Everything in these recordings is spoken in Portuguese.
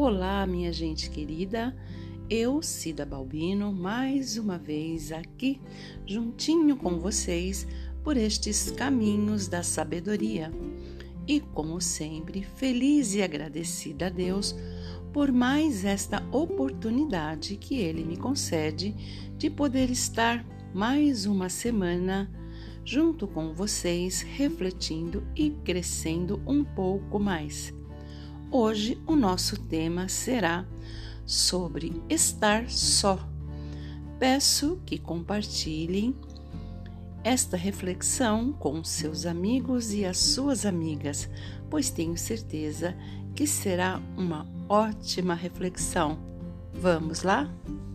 Olá, minha gente querida, eu, Cida Balbino, mais uma vez aqui, juntinho com vocês, por estes caminhos da sabedoria. E, como sempre, feliz e agradecida a Deus por mais esta oportunidade que Ele me concede de poder estar mais uma semana junto com vocês, refletindo e crescendo um pouco mais. Hoje o nosso tema será sobre estar só. Peço que compartilhem esta reflexão com seus amigos e as suas amigas, pois tenho certeza que será uma ótima reflexão. Vamos lá?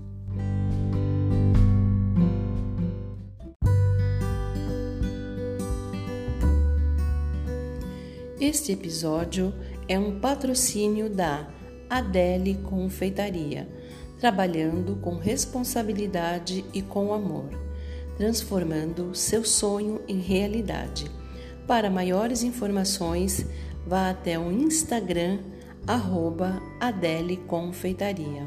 Este episódio é um patrocínio da Adele Confeitaria, trabalhando com responsabilidade e com amor, transformando seu sonho em realidade. Para maiores informações, vá até o Instagram @Adele Confeitaria.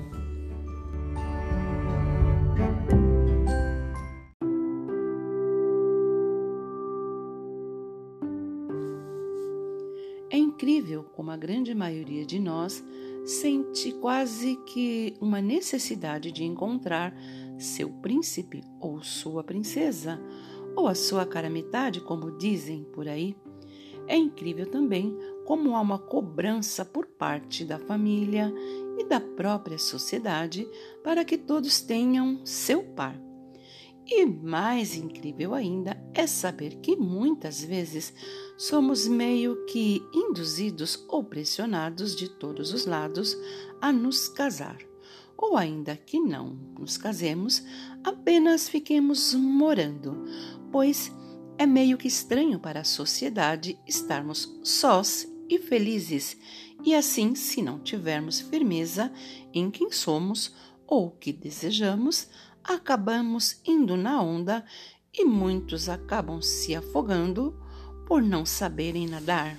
É incrível como a grande maioria de nós sente quase que uma necessidade de encontrar seu príncipe ou sua princesa, ou a sua cara metade, como dizem por aí. É incrível também como há uma cobrança por parte da família e da própria sociedade para que todos tenham seu par. E mais incrível ainda é saber que muitas vezes somos meio que induzidos ou pressionados de todos os lados a nos casar. Ou ainda que não nos casemos, apenas fiquemos morando, pois é meio que estranho para a sociedade estarmos sós e felizes, e assim, se não tivermos firmeza em quem somos ou o que desejamos, acabamos indo na onda e muitos acabam se afogando por não saberem nadar.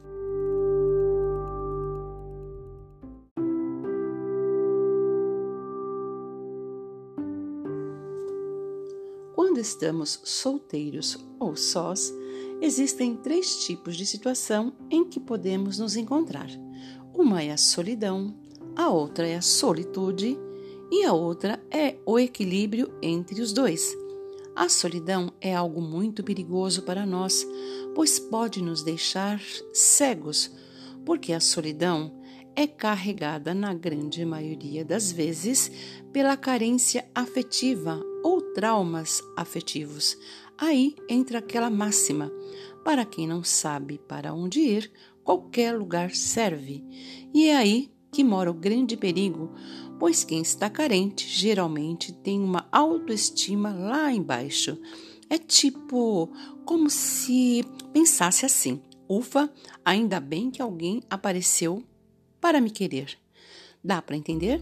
Quando estamos solteiros ou sós, existem 3 tipos de situação em que podemos nos encontrar. Uma é a solidão, a outra é a solitude e a outra é o equilíbrio entre os dois. A solidão é algo muito perigoso para nós, pois pode nos deixar cegos, porque a solidão é carregada na grande maioria das vezes pela carência afetiva ou traumas afetivos. Aí entra aquela máxima: para quem não sabe para onde ir, qualquer lugar serve. E é aí que mora o grande perigo, pois quem está carente geralmente tem uma autoestima lá embaixo. É tipo como se pensasse assim: ufa, ainda bem que alguém apareceu para me querer. Dá para entender?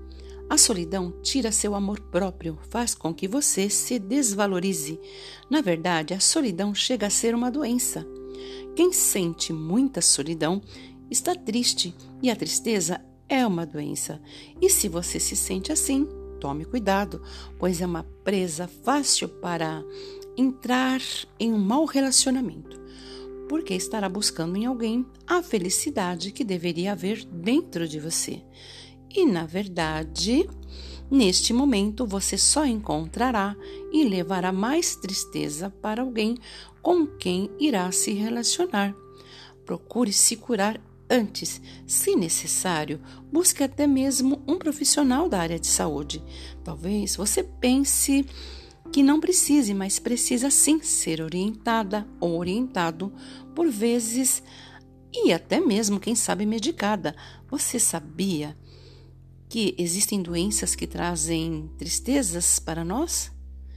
A solidão tira seu amor próprio, faz com que você se desvalorize. Na verdade, a solidão chega a ser uma doença. Quem sente muita solidão está triste, e a tristeza é uma doença. E se você se sente assim, tome cuidado, pois é uma presa fácil para entrar em um mau relacionamento, porque estará buscando em alguém a felicidade que deveria haver dentro de você. E, na verdade, neste momento você só encontrará e levará mais tristeza para alguém com quem irá se relacionar. Procure se curar antes. Se necessário, busque até mesmo um profissional da área de saúde. Talvez você pense que não precise, mas precisa sim ser orientada ou orientado, por vezes, e até mesmo, quem sabe, medicada. Você sabia que existem doenças que trazem tristezas para nós?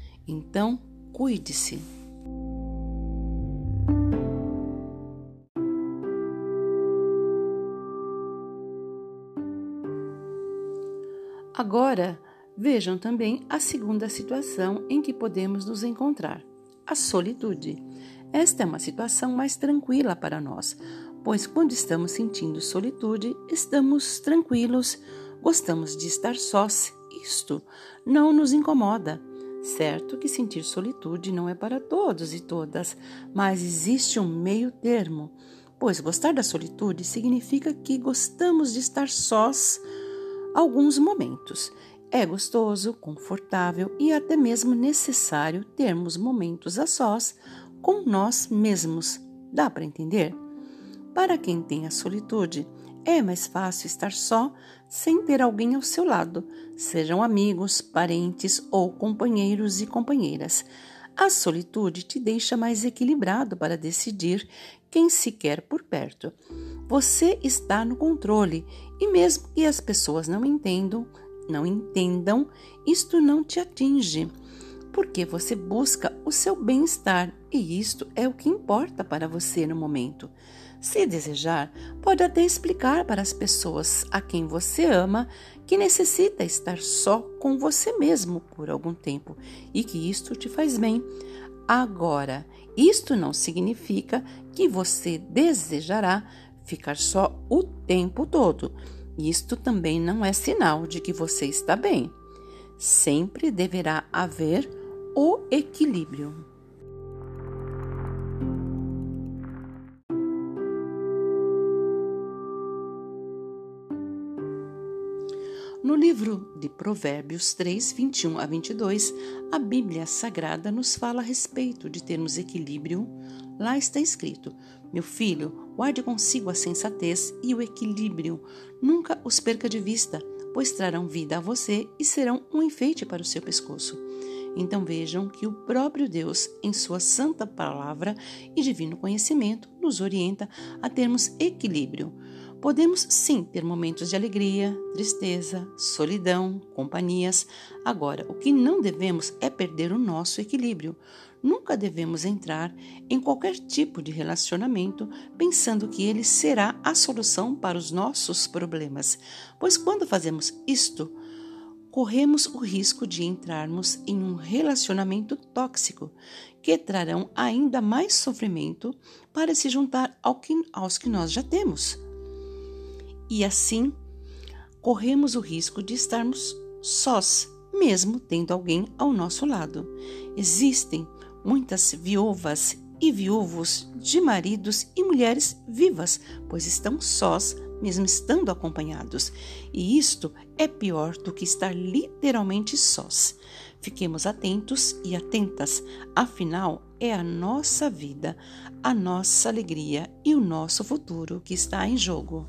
Então, cuide-se. Agora, vejam também a segunda situação em que podemos nos encontrar: a solitude. Esta é uma situação mais tranquila para nós, pois quando estamos sentindo solitude, estamos tranquilos, gostamos de estar sós. Isto não nos incomoda. Certo que sentir solitude não é para todos e todas, mas existe um meio termo, pois gostar da solitude significa que gostamos de estar sós alguns momentos. É gostoso, confortável e até mesmo necessário termos momentos a sós com nós mesmos. Dá para entender? Para quem tem a solitude, é mais fácil estar só sem ter alguém ao seu lado, sejam amigos, parentes ou companheiros e companheiras. A solitude te deixa mais equilibrado para decidir quem se quer por perto. Você está no controle e mesmo que as pessoas não entendam, isto não te atinge, porque você busca o seu bem-estar e isto é o que importa para você no momento. Se desejar, pode até explicar para as pessoas a quem você ama que necessita estar só com você mesmo por algum tempo e que isto te faz bem. Agora, isto não significa que você desejará ficar só o tempo todo. Isto também não é sinal de que você está bem. Sempre deverá haver o equilíbrio. No livro de Provérbios 3, 21 a 22, a Bíblia Sagrada nos fala a respeito de termos equilíbrio. Lá está escrito: meu filho, guarde consigo a sensatez e o equilíbrio. Nunca os perca de vista, pois trarão vida a você e serão um enfeite para o seu pescoço. Então vejam que o próprio Deus, em sua santa palavra e divino conhecimento, nos orienta a termos equilíbrio. Podemos sim ter momentos de alegria, tristeza, solidão, companhias. Agora, o que não devemos é perder o nosso equilíbrio. Nunca devemos entrar em qualquer tipo de relacionamento pensando que ele será a solução para os nossos problemas, pois quando fazemos isto, corremos o risco de entrarmos em um relacionamento tóxico, que trarão ainda mais sofrimento para se juntar aos que nós já temos. E assim, corremos o risco de estarmos sós, mesmo tendo alguém ao nosso lado. Existem muitas viúvas e viúvos de maridos e mulheres vivas, pois estão sós, mesmo estando acompanhados. E isto é pior do que estar literalmente sós. Fiquemos atentos e atentas, afinal é a nossa vida, a nossa alegria e o nosso futuro que está em jogo.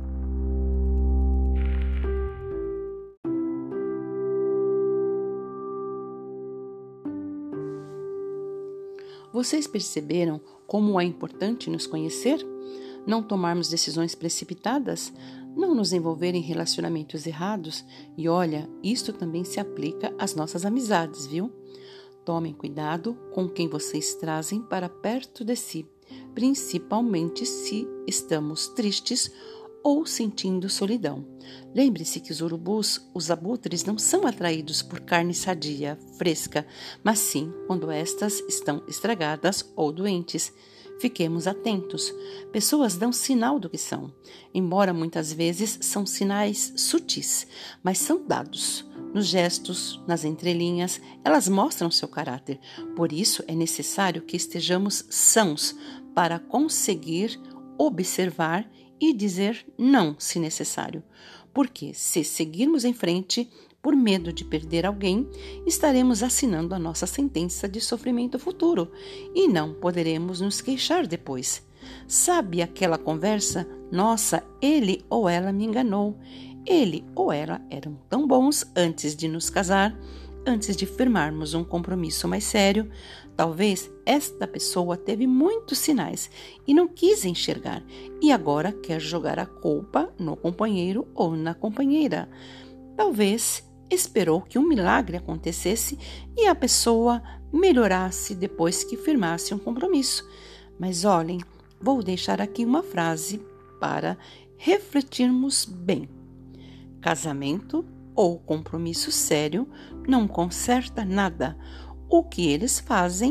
Vocês perceberam como é importante nos conhecer? Não tomarmos decisões precipitadas? Não nos envolver em relacionamentos errados? E olha, isto também se aplica às nossas amizades, viu? Tomem cuidado com quem vocês trazem para perto de si, principalmente se estamos tristes ou sentindo solidão. Lembre-se que os urubus, os abutres, não são atraídos por carne sadia, fresca, mas sim quando estas estão estragadas ou doentes. Fiquemos atentos. Pessoas dão sinal do que são, embora muitas vezes são sinais sutis, mas são dados. Nos gestos, nas entrelinhas, elas mostram seu caráter. Por isso é necessário que estejamos sãos para conseguir observar e dizer não, se necessário. Porque se seguirmos em frente, por medo de perder alguém, estaremos assinando a nossa sentença de sofrimento futuro e não poderemos nos queixar depois. Sabe aquela conversa? Nossa, ele ou ela me enganou. Ele ou ela eram tão bons antes de nos casar, antes de firmarmos um compromisso mais sério. Talvez esta pessoa teve muitos sinais e não quis enxergar e agora quer jogar a culpa no companheiro ou na companheira. Talvez esperou que um milagre acontecesse e a pessoa melhorasse depois que firmasse um compromisso. Mas olhem, vou deixar aqui uma frase para refletirmos bem. Casamento ou compromisso sério não conserta nada. O que eles fazem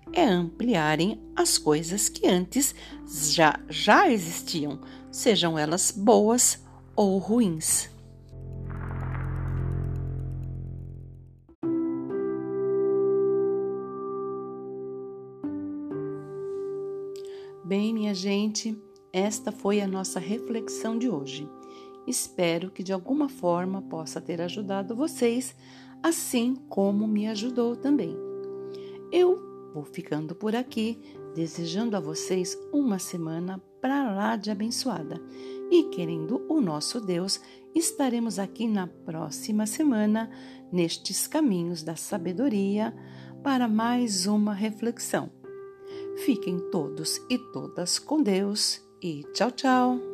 é ampliarem as coisas que antes já existiam, sejam elas boas ou ruins. Bem, minha gente, esta foi a nossa reflexão de hoje. Espero que de alguma forma possa ter ajudado vocês, assim como me ajudou também. Eu vou ficando por aqui, desejando a vocês uma semana para lá de abençoada. E querendo o nosso Deus, estaremos aqui na próxima semana, nestes caminhos da sabedoria, para mais uma reflexão. Fiquem todos e todas com Deus e tchau, tchau!